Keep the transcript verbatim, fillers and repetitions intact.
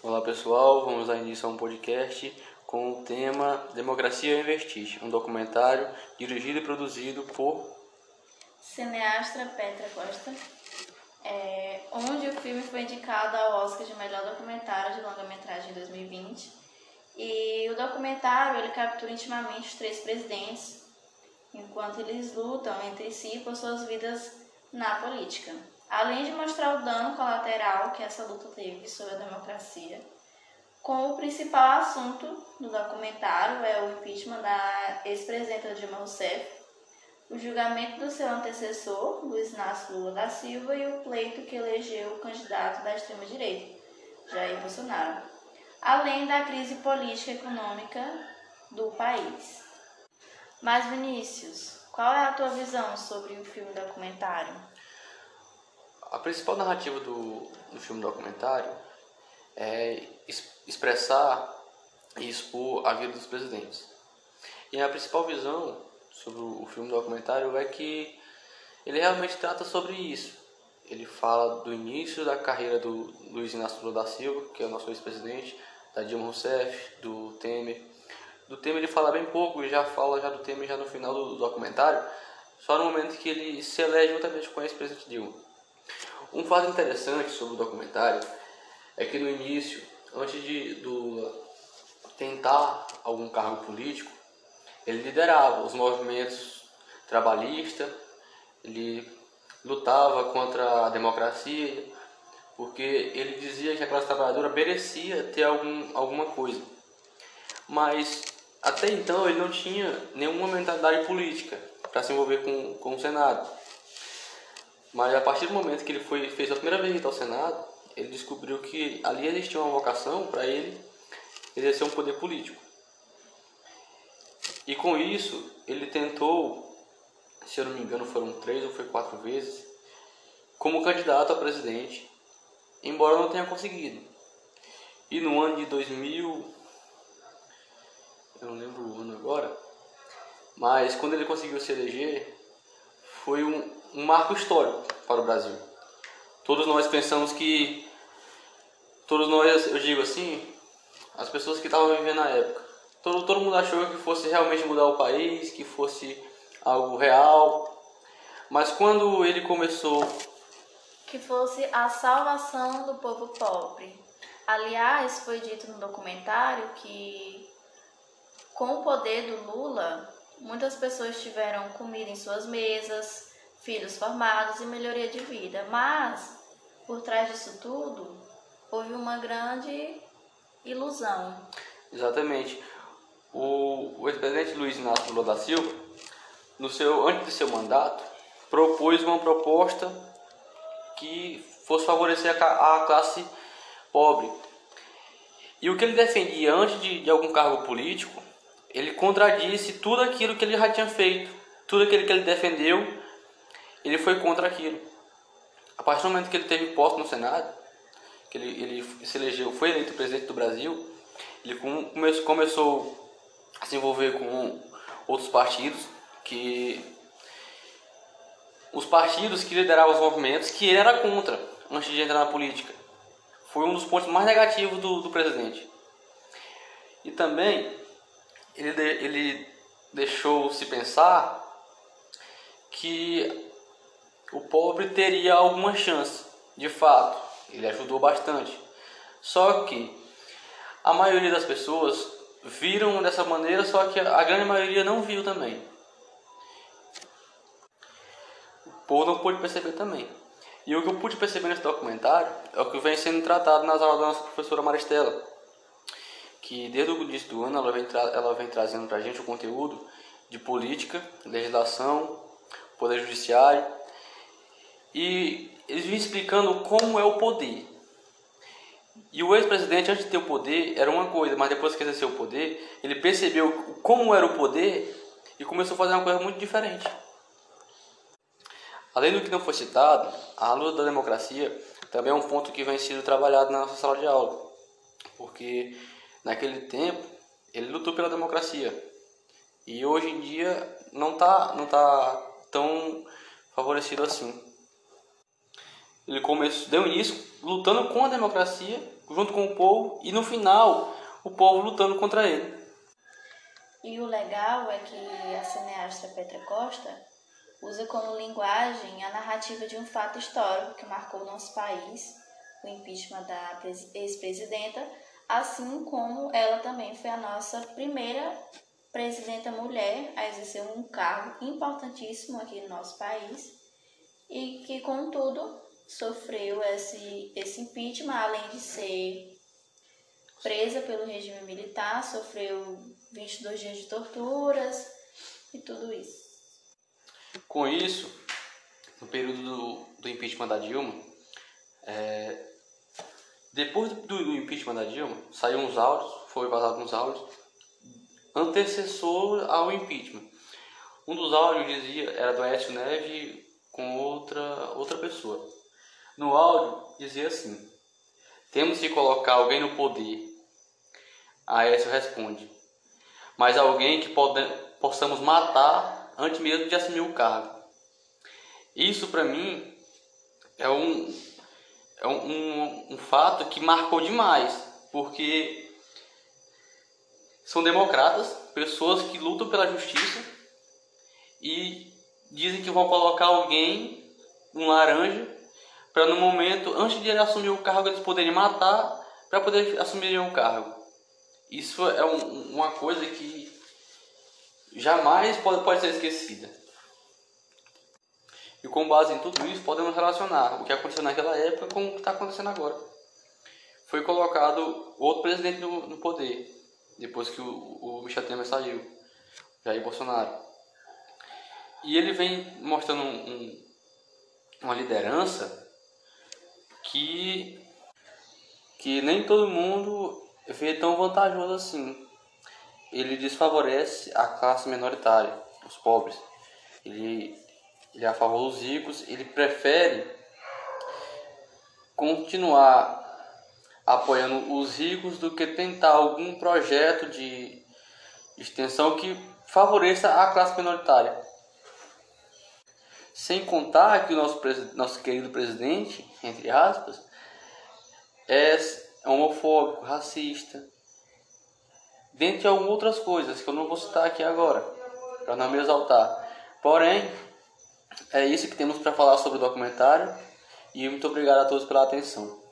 Olá pessoal, vamos dar início a um podcast com o tema Democracia em Vestígio, um documentário dirigido e produzido por cineasta Petra Costa, é, onde o filme foi indicado ao Oscar de melhor documentário de longa-metragem em dois mil e vinte. E o documentário ele captura intimamente os três presidentes, enquanto eles lutam entre si por suas vidas na política. Além de mostrar o dano colateral que essa luta teve sobre a democracia, com o principal assunto do documentário é o impeachment da ex-presidenta Dilma Rousseff, o julgamento do seu antecessor, Luiz Inácio Lula da Silva, e o pleito que elegeu o candidato da extrema-direita, Jair Bolsonaro, além da crise política e econômica do país. Mas, Vinícius, qual é a tua visão sobre o filme documentário? A principal narrativa do, do filme documentário é expressar e expor a vida dos presidentes. E a principal visão sobre o filme documentário é que ele realmente trata sobre isso. Ele fala do início da carreira do Luiz Inácio Lula da Silva, que é o nosso ex-presidente, da Dilma Rousseff, do Temer. Do Temer ele fala bem pouco e já fala já do Temer já no final do, do documentário, só no momento que ele se elege juntamente com a ex-presidente Dilma. Um fato interessante sobre o documentário é que no início, antes de Lula tentar algum cargo político, ele liderava os movimentos trabalhistas, ele lutava contra a democracia, porque ele dizia que a classe trabalhadora merecia ter algum, alguma coisa. Mas até então ele não tinha nenhuma mentalidade política para se envolver com, com o Senado. Mas a partir do momento que ele foi, fez a primeira visita ao Senado, ele descobriu que ali existia uma vocação para ele exercer um poder político. E com isso, ele tentou, se eu não me engano foram três ou foi quatro vezes, como candidato a presidente, embora não tenha conseguido. E no ano de dois mil, eu não lembro o ano agora, mas quando ele conseguiu se eleger, foi um, um marco histórico para o Brasil. Todos nós pensamos que, todos nós, eu digo assim, as pessoas que estavam vivendo na época, todo, todo mundo achou que fosse realmente mudar o país, que fosse algo real, mas quando ele começou... Que fosse a salvação do povo pobre. Aliás, foi dito no documentário que, com o poder do Lula, muitas pessoas tiveram comida em suas mesas, filhos formados e melhoria de vida. Mas, por trás disso tudo, houve uma grande ilusão. Exatamente. O, o ex-presidente Luiz Inácio Lula da Silva, no seu, antes de seu mandato, propôs uma proposta que fosse favorecer a, a classe pobre. E o que ele defendia antes de, de algum cargo político, ele contradisse tudo aquilo que ele já tinha feito, tudo aquilo que ele defendeu, ele foi contra aquilo. A partir do momento que ele teve posse no Senado, que ele, ele se elegeu, foi eleito presidente do Brasil, ele come, começou a se envolver com outros partidos, que os partidos que lideravam os movimentos, que ele era contra antes de entrar na política. Foi um dos pontos mais negativos do, do presidente. E também ele, de, ele deixou-se pensar que o pobre teria alguma chance. De fato, ele ajudou bastante. Só que a maioria das pessoas viram dessa maneira, só que a grande maioria não viu também. O povo não pôde perceber também. E o que eu pude perceber nesse documentário é o que vem sendo tratado nas aulas da nossa professora Maristela, que desde o início do ano ela vem, tra ela vem trazendo para a gente o conteúdo de política, legislação, poder judiciário, e eles vêm explicando como é o poder. E o ex-presidente, antes de ter o poder, era uma coisa, mas depois que exerceu o poder, ele percebeu como era o poder e começou a fazer uma coisa muito diferente. Além do que não foi citado, a luta da democracia também é um ponto que vem sendo trabalhado na nossa sala de aula, porque naquele tempo ele lutou pela democracia e hoje em dia não está não tá tão favorecido assim. Ele começou, deu início lutando com a democracia, junto com o povo, e no final, o povo lutando contra ele. E o legal é que a cineasta Petra Costa usa como linguagem a narrativa de um fato histórico que marcou o nosso país, o impeachment da ex-presidenta, assim como ela também foi a nossa primeira presidenta mulher a exercer um cargo importantíssimo aqui no nosso país e que, contudo, sofreu esse, esse impeachment, além de ser presa pelo regime militar, sofreu vinte e dois dias de torturas e tudo isso. Com isso, no período do, do impeachment da Dilma, é, depois do, do impeachment da Dilma, saiu uns áudios, foi vazado uns áudios, antecessor ao impeachment. Um dos áudios dizia, era do Aécio Neves com outra, outra pessoa. No áudio dizia assim: temos que colocar alguém no poder. Aécio responde: mas alguém que pode, possamos matar antes mesmo de assumir o cargo. Isso para mim é um, é um, um, um fato que marcou demais, porque são democratas, pessoas que lutam pela justiça e dizem que vão colocar alguém, um laranja, para no momento, antes de ele assumir o cargo, eles poderem matar para poder assumir o cargo. Isso é um, uma coisa que jamais pode, pode ser esquecida. E com base em tudo isso, podemos relacionar o que aconteceu naquela época com o que está acontecendo agora. Foi colocado outro presidente no, no poder, depois que o, o Michel Temer saiu, Jair Bolsonaro. E ele vem mostrando um, um, uma liderança que, que nem todo mundo vê tão vantajoso assim. Ele desfavorece a classe minoritária, os pobres. Ele, ele é a favor dos ricos. Ele prefere continuar apoiando os ricos do que tentar algum projeto de extensão que favoreça a classe minoritária. Sem contar que o nosso, nosso querido presidente, entre aspas, é homofóbico, racista, dentre algumas outras coisas que eu não vou citar aqui agora, para não me exaltar. Porém, é isso que temos para falar sobre o documentário, e muito obrigado a todos pela atenção.